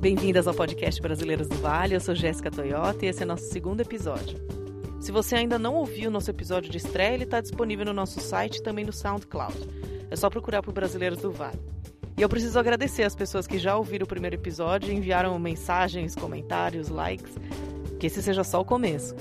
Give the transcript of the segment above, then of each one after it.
Bem-vindas ao podcast Brasileiras do Vale, eu sou Jéssica Toyota e esse é nosso segundo episódio. Se você ainda não ouviu o nosso episódio de estreia, ele está disponível no nosso site e também no SoundCloud. É só procurar por Brasileiras do Vale. E eu preciso agradecer as pessoas que já ouviram o primeiro episódio e enviaram mensagens, comentários, likes, que esse seja só o começo.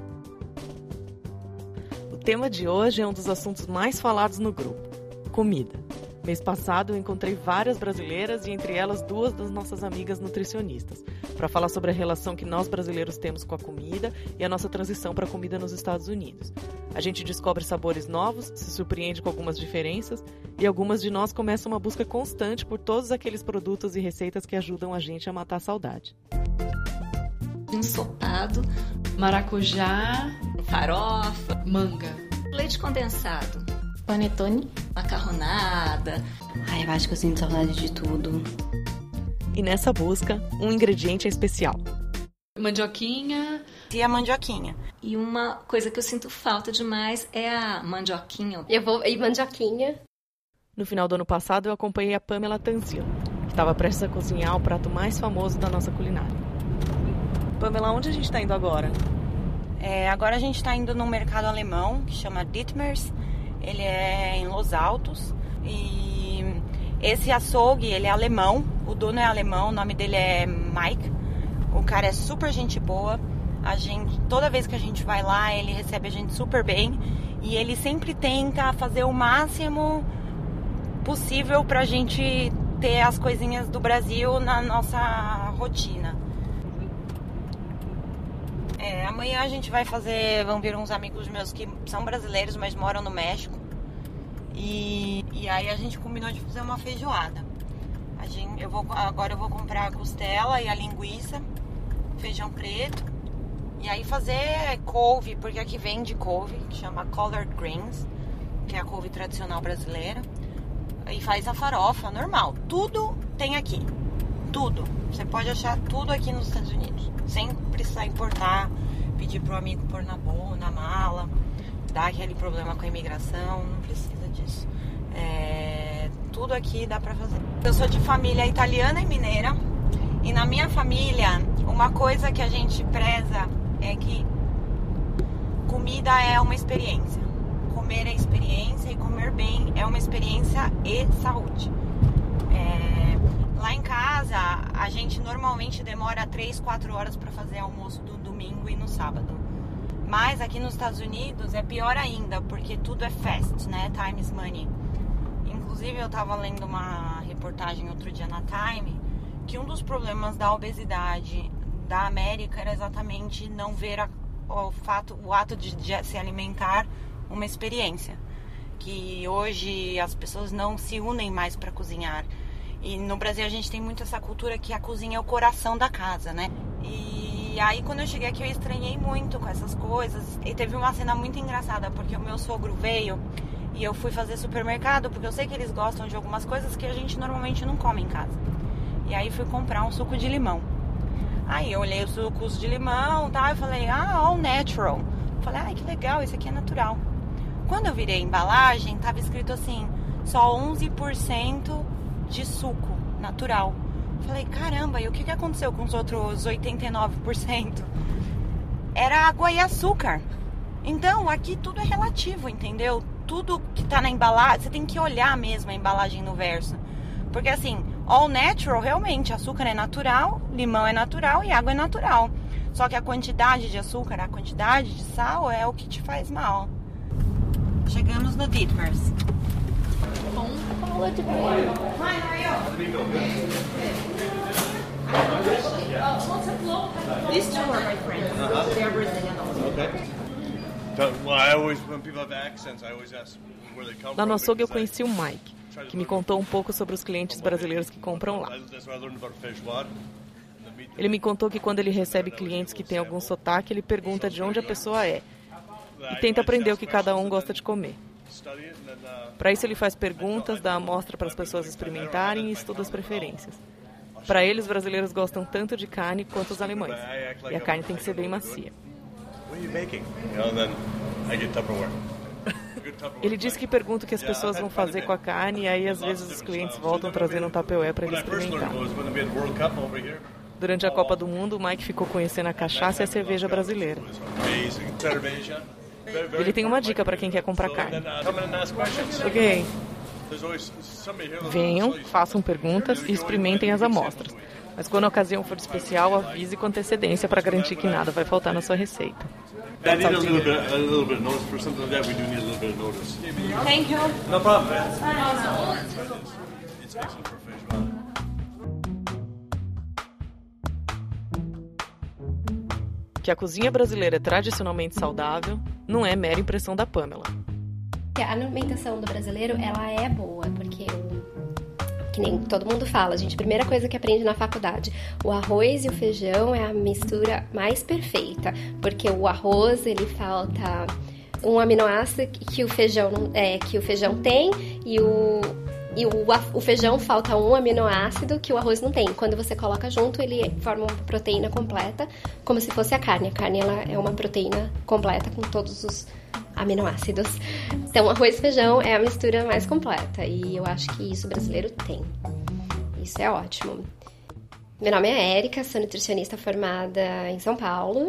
O tema de hoje é um dos assuntos mais falados no grupo: comida. Mês passado eu encontrei várias brasileiras e entre elas 2 das nossas amigas nutricionistas, para falar sobre a relação que nós brasileiros temos com a comida e a nossa transição para a comida nos Estados Unidos. A gente descobre sabores novos, se surpreende com algumas diferenças e algumas de nós começam uma busca constante por todos aqueles produtos e receitas que ajudam a gente a matar a saudade. Ensopado, maracujá, farofa, manga, leite condensado, panetone, macarronada. Ai, eu acho que eu sinto saudade de tudo. E nessa busca, um ingrediente é especial. Mandioquinha. E a mandioquinha. E uma coisa que eu sinto falta demais é a mandioquinha. E mandioquinha. No final do ano passado, eu acompanhei a Pamela Tanzilo, que estava prestes a cozinhar o prato mais famoso da nossa culinária. Pamela, onde a gente está indo agora? Agora a gente está indo num mercado alemão que chama Dittmers. Ele é em Los Altos e esse açougue, ele é alemão, o dono é alemão, o nome dele é Mike. O cara é super gente boa, toda vez que a gente vai lá, ele recebe a gente super bem e ele sempre tenta fazer o máximo possível pra gente ter as coisinhas do Brasil na nossa rotina. Amanhã a gente vão vir uns amigos meus que são brasileiros, mas moram no México. E aí a gente combinou de fazer uma feijoada. Agora eu vou comprar a costela e a linguiça, feijão preto. E aí fazer couve, porque aqui vende couve, que chama collard greens, que é a couve tradicional brasileira. E faz a farofa normal. Tudo tem aqui. Tudo. Você pode achar tudo aqui nos Estados Unidos, sem precisar importar, pedir pro amigo pôr na mala, dar aquele problema com a imigração, não precisa disso. Tudo aqui dá pra fazer. Eu sou de família italiana e mineira, e na minha família, uma coisa que a gente preza é que comida é uma experiência. Comer é experiência e comer bem é uma experiência e saúde. Lá em casa, a gente normalmente demora 3-4 horas para fazer almoço do domingo e no sábado. Mas aqui nos Estados Unidos é pior ainda, porque tudo é fast, né? Time is money. Inclusive, eu estava lendo uma reportagem outro dia na Time, que um dos problemas da obesidade da América era exatamente não ver o ato de se alimentar uma experiência. Que hoje as pessoas não se unem mais para cozinhar. E no Brasil a gente tem muito essa cultura que a cozinha é o coração da casa, né? E aí quando eu cheguei aqui eu estranhei muito com essas coisas. E teve uma cena muito engraçada, porque o meu sogro veio e eu fui fazer supermercado, porque eu sei que eles gostam de algumas coisas que a gente normalmente não come em casa. E aí fui comprar um suco de limão. Aí eu olhei os sucos de limão e tal, e falei, all natural. Falei, ai que legal, esse aqui é natural. Quando eu virei a embalagem, tava escrito assim, só 11% de suco natural. Falei, caramba, e o que aconteceu com os outros 89%? Era água e açúcar. Então, aqui tudo é relativo, entendeu? Tudo que tá na embalagem, você tem que olhar mesmo a embalagem no verso. Porque assim, all natural, realmente, açúcar é natural, limão é natural e água é natural. Só que a quantidade de açúcar, a quantidade de sal é o que te faz mal. Chegamos no Dittmers. Pão de boi. These two are my friends. They are Brazilian also. Okay. Well, when people have accents, I always ask where they come from. Lá no açougue eu conheci o Mike, que me contou um pouco sobre os clientes brasileiros que compram lá. Ele me contou que quando ele recebe clientes que têm algum sotaque, ele pergunta de onde a pessoa é e tenta aprender o que cada um gosta de comer. Para isso ele faz perguntas, dá amostra para as pessoas experimentarem e estuda as preferências. Para ele, os brasileiros gostam tanto de carne quanto os alemães. E a carne tem que ser bem macia. What are you making? And then I get Tupperware. Ele disse que pergunta o que as pessoas vão fazer com a carne e aí às vezes os clientes voltam trazendo um Tupperware para ele experimentar. Durante a Copa do Mundo, o Mike ficou conhecendo a cachaça e a cerveja brasileira. Ele tem uma dica para quem quer comprar carne. Ok. Venham, façam perguntas e experimentem as amostras. Mas quando a ocasião for especial, avise com antecedência para garantir que nada vai faltar na sua receita. I need a little bit of notice for something like that. We do need a little bit of notice. Thank you. No problem, man. It's excellent for feijoada. Que a cozinha brasileira é tradicionalmente saudável não é mera impressão da Pamela. A alimentação do brasileiro, ela é boa, porque que nem todo mundo fala, gente, a primeira coisa que aprende na faculdade, o arroz e o feijão é a mistura mais perfeita, porque o arroz, ele falta um aminoácido que o feijão tem e o feijão falta um aminoácido que o arroz não tem. Quando você coloca junto, ele forma uma proteína completa, como se fosse a carne. A carne, ela é uma proteína completa com todos os aminoácidos. Então, arroz e feijão é a mistura mais completa. E eu acho que isso o brasileiro tem. Isso é ótimo. Meu nome é Érica, sou nutricionista formada em São Paulo.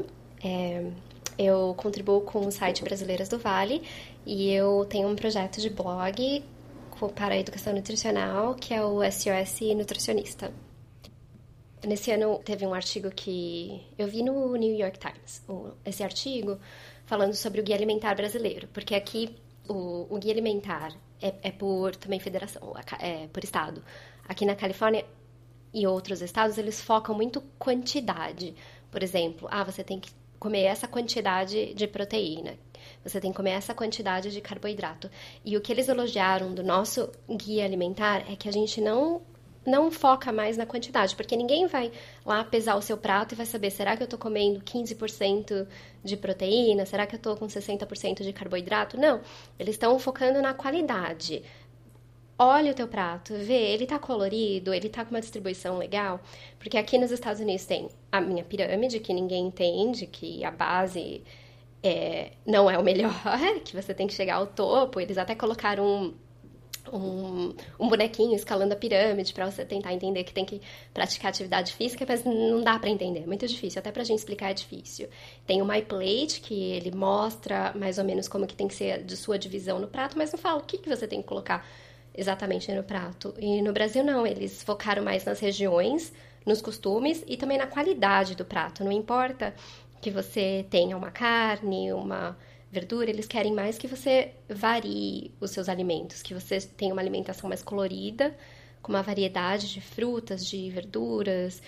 Eu contribuo com o site Brasileiras do Vale e eu tenho um projeto de blog para a educação nutricional, que é o SOS Nutricionista. Nesse ano teve um artigo que eu vi no New York Times, esse artigo falando sobre o guia alimentar brasileiro, porque aqui o guia alimentar é por também federação, é por estado. Aqui na Califórnia e outros estados, eles focam muito quantidade. Por exemplo, você tem que comer essa quantidade de proteína, você tem que comer essa quantidade de carboidrato. E o que eles elogiaram do nosso guia alimentar é que a gente não foca mais na quantidade, porque ninguém vai lá pesar o seu prato e vai saber, será que eu estou comendo 15% de proteína? Será que eu estou com 60% de carboidrato? Não, eles estão focando na qualidade. Olha o teu prato, vê, ele tá colorido, ele tá com uma distribuição legal, porque aqui nos Estados Unidos tem a minha pirâmide, que ninguém entende, que a base não é o melhor, que você tem que chegar ao topo. Eles até colocaram um bonequinho escalando a pirâmide para você tentar entender que tem que praticar atividade física, mas não dá para entender, é muito difícil, até pra gente explicar é difícil. Tem o My Plate, que ele mostra mais ou menos como que tem que ser de sua divisão no prato, mas não fala o que você tem que colocar exatamente no prato. E no Brasil não, eles focaram mais nas regiões, nos costumes e também na qualidade do prato. Não importa que você tenha uma carne, uma verdura, eles querem mais que você varie os seus alimentos, que você tenha uma alimentação mais colorida, com uma variedade de frutas, de verduras,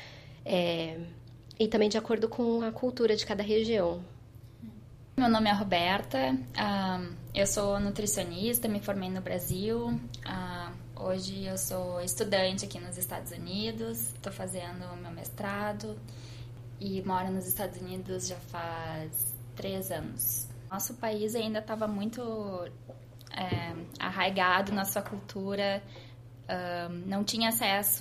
e também de acordo com a cultura de cada região. Meu nome é Roberta, eu sou nutricionista, me formei no Brasil, hoje eu sou estudante aqui nos Estados Unidos, estou fazendo meu mestrado e moro nos Estados Unidos já faz 3 anos. Nosso país ainda estava muito arraigado na sua cultura, não tinha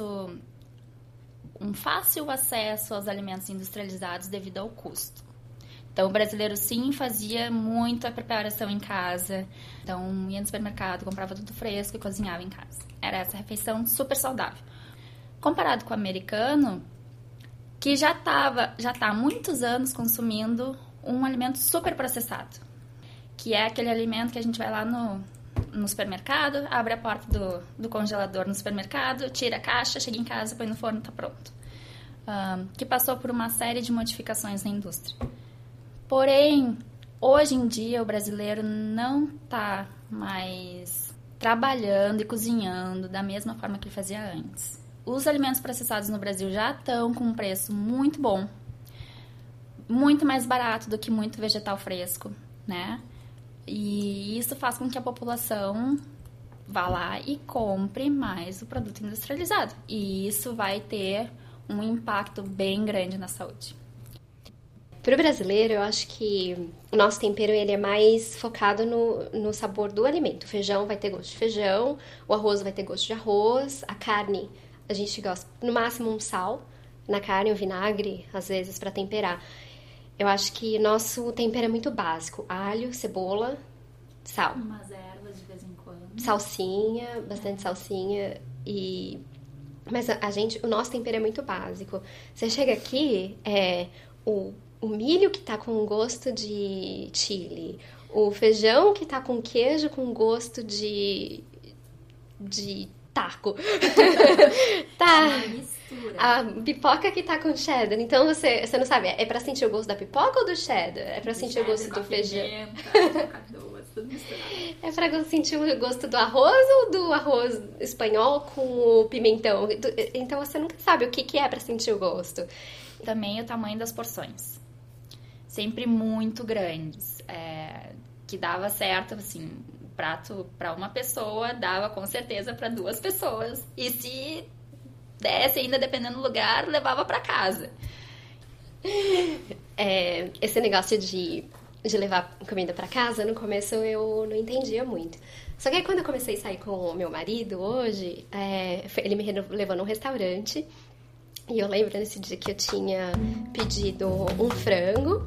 um fácil acesso aos alimentos industrializados devido ao custo. Então, o brasileiro, sim, fazia muita preparação em casa. Então, ia no supermercado, comprava tudo fresco e cozinhava em casa. Era essa refeição super saudável. Comparado com o americano, que já tá há muitos anos consumindo um alimento super processado, que é aquele alimento que a gente vai lá no supermercado, abre a porta do congelador no supermercado, tira a caixa, chega em casa, põe no forno e tá pronto. Que passou por uma série de modificações na indústria. Porém, hoje em dia, o brasileiro não está mais trabalhando e cozinhando da mesma forma que ele fazia antes. Os alimentos processados no Brasil já estão com um preço muito bom, muito mais barato do que muito vegetal fresco, né? E isso faz com que a população vá lá e compre mais o produto industrializado. E isso vai ter um impacto bem grande na saúde. Para o brasileiro, eu acho que o nosso tempero ele é mais focado no sabor do alimento. O feijão vai ter gosto de feijão, o arroz vai ter gosto de arroz, a carne a gente gosta, no máximo, um sal na carne, um vinagre, às vezes, para temperar. Eu acho que nosso tempero é muito básico. Alho, cebola, sal. Mas salsinha, bastante salsinha. Mas o nosso tempero é muito básico. Você chega aqui, o milho que tá com gosto de chili, o feijão que tá com queijo com gosto de taco. Tá. A pipoca que tá com cheddar. Então você não sabe, é pra sentir o gosto da pipoca ou do cheddar? É pra sentir o gosto do feijão? É pra sentir o gosto do arroz ou do arroz espanhol com o pimentão? Então você nunca sabe o que é pra sentir o gosto. Também o tamanho das porções. Sempre muito grandes. Que dava certo, assim, o prato para uma pessoa dava com certeza para 2 pessoas. E se desse, ainda dependendo do lugar, levava para casa. Esse negócio de levar comida para casa, no começo eu não entendia muito. Só que aí quando eu comecei a sair com o meu marido hoje, ele me levou num restaurante. E eu lembro nesse dia que eu tinha pedido um frango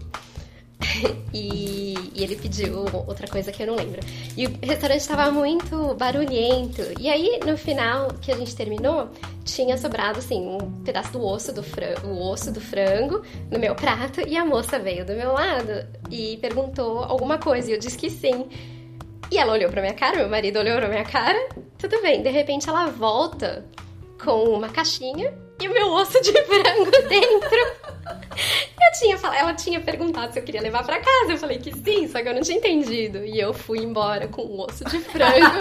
e ele pediu outra coisa que eu não lembro. E o restaurante estava muito barulhento. E aí, no final que a gente terminou, tinha sobrado, assim, um pedaço do osso do frango no meu prato. E a moça veio do meu lado e perguntou alguma coisa. E eu disse que sim. E ela olhou pra minha cara, meu marido olhou pra minha cara. Tudo bem. De repente, ela volta com uma caixinha e o meu osso de frango dentro. Ela tinha perguntado se eu queria levar pra casa. Eu falei que sim, só que eu não tinha entendido. E eu fui embora com o osso de frango.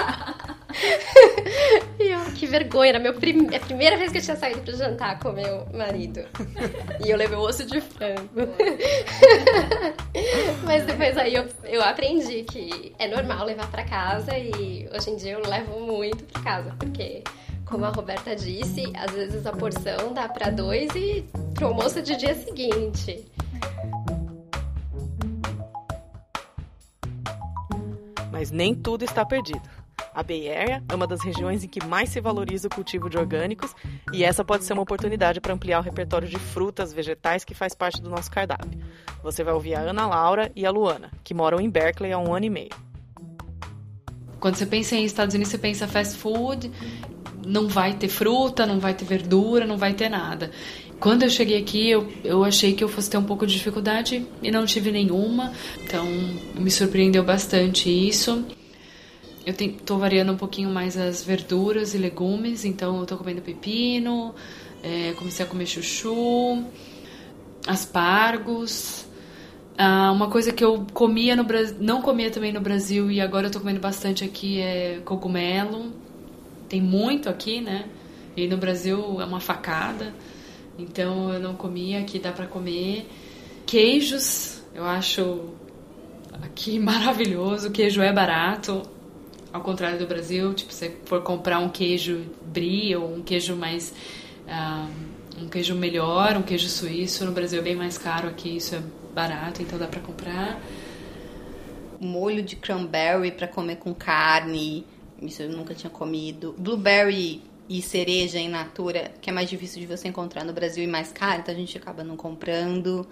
E que vergonha. Era a primeira vez que eu tinha saído pra jantar com meu marido. E eu levei o osso de frango. Mas depois aí eu aprendi que é normal levar pra casa. E hoje em dia eu levo muito pra casa. Porque, como a Roberta disse, às vezes a porção dá pra 2 e pro almoço de dia seguinte. Mas nem tudo está perdido. A Bay Area é uma das regiões em que mais se valoriza o cultivo de orgânicos e essa pode ser uma oportunidade para ampliar o repertório de frutas, vegetais que faz parte do nosso cardápio. Você vai ouvir a Ana Laura e a Luana, que moram em Berkeley há 1 ano e meio. Quando você pensa em Estados Unidos, você pensa fast food, não vai ter fruta, não vai ter verdura, não vai ter nada. Quando eu cheguei aqui, eu achei que eu fosse ter um pouco de dificuldade e não tive nenhuma. Então, me surpreendeu bastante isso. Eu tô variando um pouquinho mais as verduras e legumes. Então, eu tô comendo pepino, comecei a comer chuchu, aspargos. Uma coisa que eu comia no Brasil, não comia também no Brasil e agora eu tô comendo bastante aqui é cogumelo. Tem muito aqui, né? E no Brasil é uma facada. Então eu não comia, aqui dá pra comer. Queijos, eu acho aqui maravilhoso. O queijo é barato, ao contrário do Brasil. Tipo, se você for comprar um queijo brie ou um queijo mais... um queijo melhor, um queijo suíço, no Brasil é bem mais caro, aqui isso é barato, então dá pra comprar. Molho de cranberry pra comer com carne, isso eu nunca tinha comido. Blueberry e cereja in natura, que é mais difícil de você encontrar no Brasil e mais caro, então a gente acaba não comprando.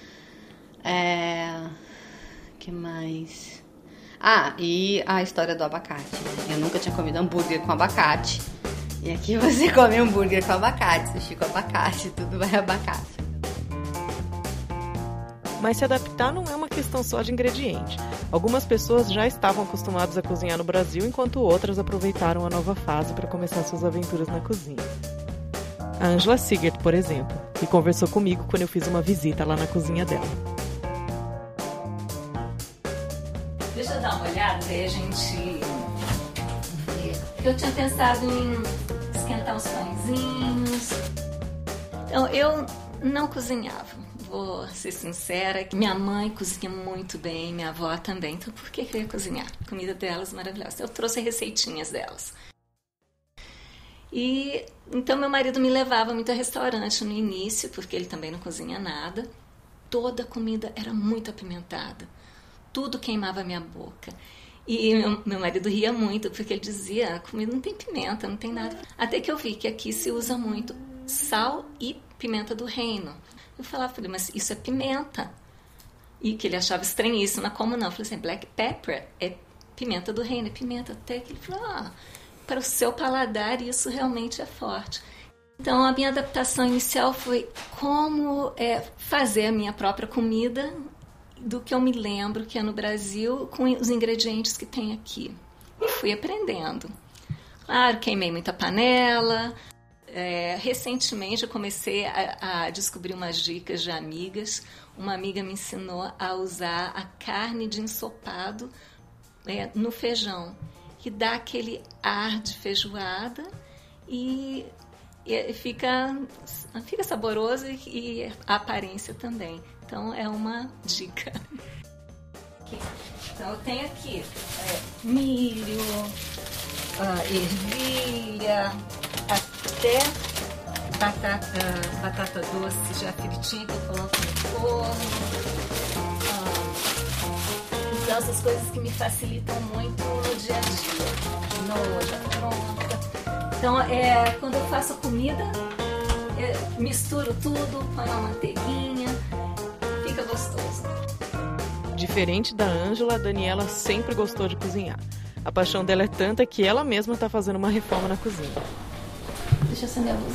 Que mais? E a história do abacate. Eu nunca tinha comido hambúrguer com abacate. E aqui você come hambúrguer com abacate, sushi com abacate, tudo vai abacate. Mas se adaptar não é uma questão só de ingrediente. Algumas pessoas já estavam acostumadas a cozinhar no Brasil, enquanto outras aproveitaram a nova fase para começar suas aventuras na cozinha. A Angela Sigert, por exemplo, que conversou comigo quando eu fiz uma visita lá na cozinha dela. Deixa eu dar uma olhada, aí a gente... Eu tinha pensado em esquentar os pãezinhos. Então, eu não cozinhava. Vou ser sincera, que minha mãe cozinha muito bem, minha avó também. Então, por que eu ia cozinhar? A comida delas é maravilhosa. Eu trouxe receitinhas delas. E então, meu marido me levava muito a restaurante no início, porque ele também não cozinha nada. Toda a comida era muito apimentada. Tudo queimava a minha boca. E meu marido ria muito, porque ele dizia, a comida não tem pimenta, não tem nada. Até que eu vi que aqui se usa muito sal e pimenta do reino. Eu falava para ele, mas isso é pimenta. E que ele achava estranhíssimo, como não? Eu falei assim, black pepper é pimenta do reino, pimenta até que ele falou, para o seu paladar isso realmente é forte. Então a minha adaptação inicial foi como fazer a minha própria comida do que eu me lembro que é no Brasil com os ingredientes que tem aqui. E fui aprendendo. Claro, queimei muita panela. Recentemente eu comecei a descobrir umas dicas de amigas. Uma amiga me ensinou a usar a carne de ensopado no feijão, que dá aquele ar de feijoada e fica saboroso e a aparência também. Então é uma dica. Então eu tenho aqui milho, ervilha, até batata doce já fritinha que eu coloco no forno. Então essas coisas que me facilitam muito no dia a dia. Quinoa já pronta. Então quando eu faço a comida, misturo tudo, põe uma manteiguinha, fica gostoso. Diferente da Ângela, a Daniela sempre gostou de cozinhar. A paixão dela é tanta que ela mesma está fazendo uma reforma na cozinha. Deixa eu acender a luz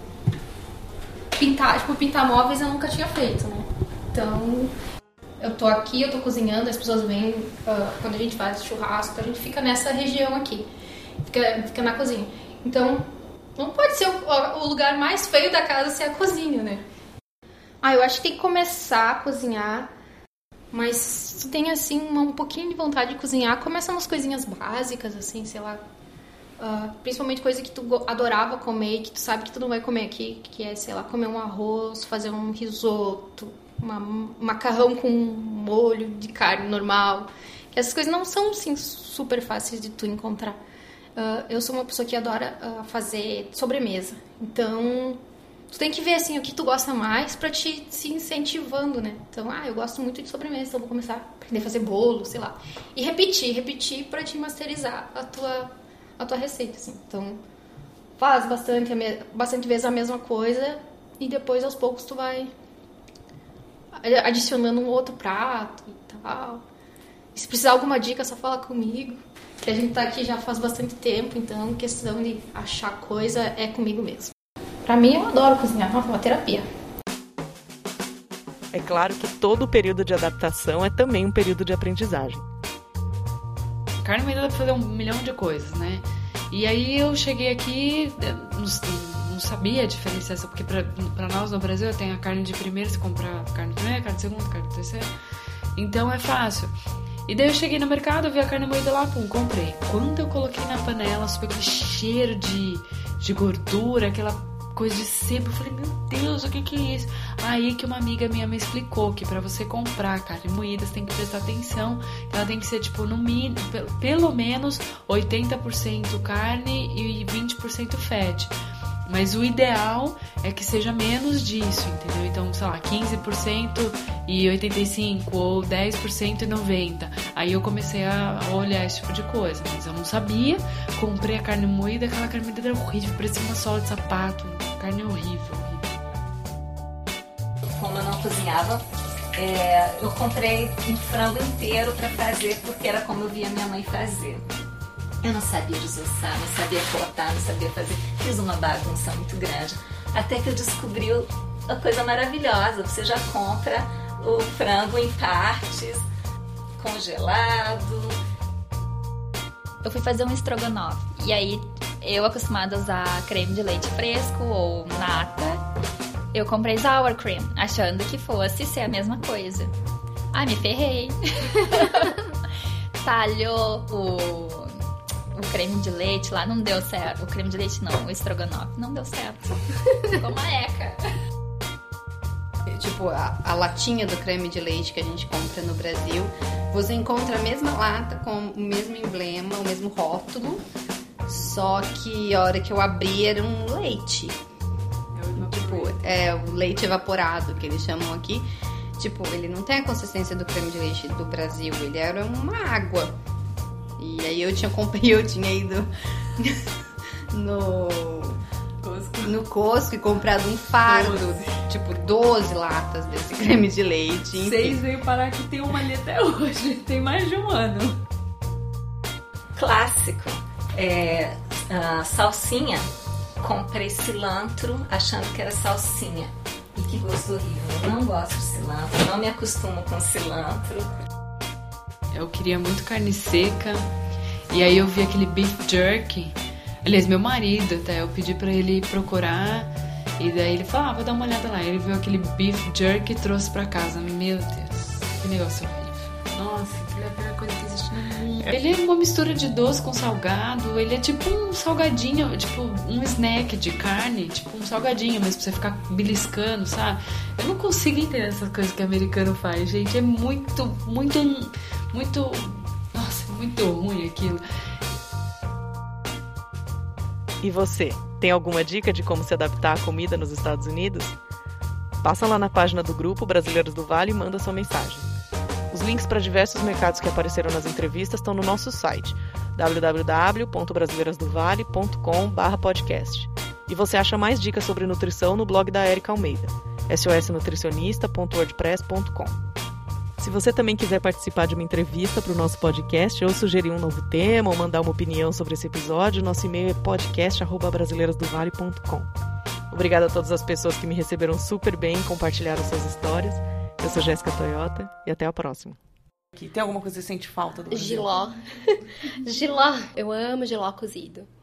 aqui. Pintar móveis eu nunca tinha feito, né? Então, eu tô aqui, eu tô cozinhando, as pessoas vêm, quando a gente faz churrasco, a gente fica nessa região aqui. Fica na cozinha. Então, não pode ser o lugar mais feio da casa ser a cozinha, né? Eu acho que tem que começar a cozinhar, mas se tu tem, assim, um pouquinho de vontade de cozinhar, começa umas coisinhas básicas, assim, sei lá. Principalmente coisa que tu adorava comer e que tu sabe que tu não vai comer aqui, que é, sei lá, comer um arroz, fazer um risoto, um macarrão com molho de carne normal. Que essas coisas não são, assim, super fáceis de tu encontrar. Eu sou uma pessoa que adora fazer sobremesa. Então, tu tem que ver, assim, o que tu gosta mais pra te se incentivando, né? Então, eu gosto muito de sobremesa, então vou começar a aprender a fazer bolo, sei lá. E repetir pra te masterizar a tua receita, assim. Então, faz bastante vezes a mesma coisa e depois, aos poucos, tu vai adicionando um outro prato e tal. E se precisar alguma dica, é só falar comigo. Que a gente tá aqui já faz bastante tempo, então questão de achar coisa é comigo mesmo. Pra mim, eu adoro cozinhar, é uma terapia. É claro que todo período de adaptação é também um período de aprendizagem. Carne moída dá pra fazer 1 milhão de coisas, né? E aí eu cheguei aqui, não sabia a diferenciação, porque pra nós no Brasil tem a carne de primeira, você compra carne de primeira, carne de segunda, carne de terceira. Então é fácil. E daí eu cheguei no mercado, vi a carne moída lá, comprei. Quando eu coloquei na panela, subiu aquele cheiro de gordura, aquela coisa de sebo. Eu falei, meu Deus, o que é isso? Aí que uma amiga minha me explicou que pra você comprar carne moída, você tem que prestar atenção. Ela tem que ser, tipo, no mínimo, pelo menos 80% carne e 20% fat. Mas o ideal é que seja menos disso, entendeu? Então, sei lá, 15% e 85%, ou 10% e 90%. Aí eu comecei a olhar esse tipo de coisa. Mas eu não sabia. Comprei a carne moída, aquela carne moída era horrível, parecia uma sola de sapato. Carne horrível. Como eu não cozinhava, eu comprei um frango inteiro pra fazer, porque era como eu via minha mãe fazer. Eu não sabia desossar, não sabia cortar, não sabia fazer. Fiz uma bagunça muito grande. Até que eu descobri uma coisa maravilhosa. Você já compra o frango em partes, congelado. Eu fui fazer um estrogonofe. E aí, eu acostumada a usar creme de leite fresco ou nata, eu comprei sour cream, achando que fosse ser a mesma coisa. Me ferrei. Talhou o creme de leite lá, não deu certo. O creme de leite não, o estrogonofe não deu certo. Ficou uma eca. Tipo, a latinha do creme de leite que a gente compra no Brasil, você encontra a mesma lata com o mesmo emblema, o mesmo rótulo, só que a hora que eu abri era um leite. Tipo, o leite evaporado, que eles chamam aqui. Tipo, ele não tem a consistência do creme de leite do Brasil, ele era uma água. E aí eu tinha ido no Costco e comprado um fardo, tipo 12 latas desse creme de leite. 6 veio parar aqui, tem uma ali até hoje, tem mais de 1 ano. clássico. Salsinha. Comprei cilantro achando que era salsinha. E que gosto horrível. Eu não gosto de cilantro, não me acostumo com cilantro. Eu queria muito carne seca. E aí eu vi aquele beef jerky. Aliás, meu marido até, eu pedi pra ele procurar. E daí ele falou, vou dar uma olhada lá. Ele viu aquele beef jerky e trouxe pra casa. Meu Deus, que negócio horrível. Nossa, aquilo é a pior coisa que existe no mundo. Ele é uma mistura de doce com salgado. Ele é tipo um salgadinho, tipo um snack de carne. Tipo um salgadinho, mas pra você ficar beliscando, sabe? Eu não consigo entender essas coisas que o americano faz, gente. É muito... Nossa, muito ruim aquilo. E você, tem alguma dica de como se adaptar à comida nos Estados Unidos? Passa lá na página do grupo Brasileiros do Vale e manda sua mensagem. Os links para diversos mercados que apareceram nas entrevistas estão no nosso site, www.brasileirasdovale.com/podcast. E você acha mais dicas sobre nutrição no blog da Érica Almeida, sosnutricionista.wordpress.com. Se você também quiser participar de uma entrevista para o nosso podcast ou sugerir um novo tema ou mandar uma opinião sobre esse episódio, nosso e-mail é podcast@brasileirasdovale.com. Obrigada a todas as pessoas que me receberam super bem e compartilharam suas histórias. Eu sou Jéssica Toyota e até a próxima. Tem alguma coisa que você sente falta do Brasil? Jiló. Jiló. Eu amo jiló cozido.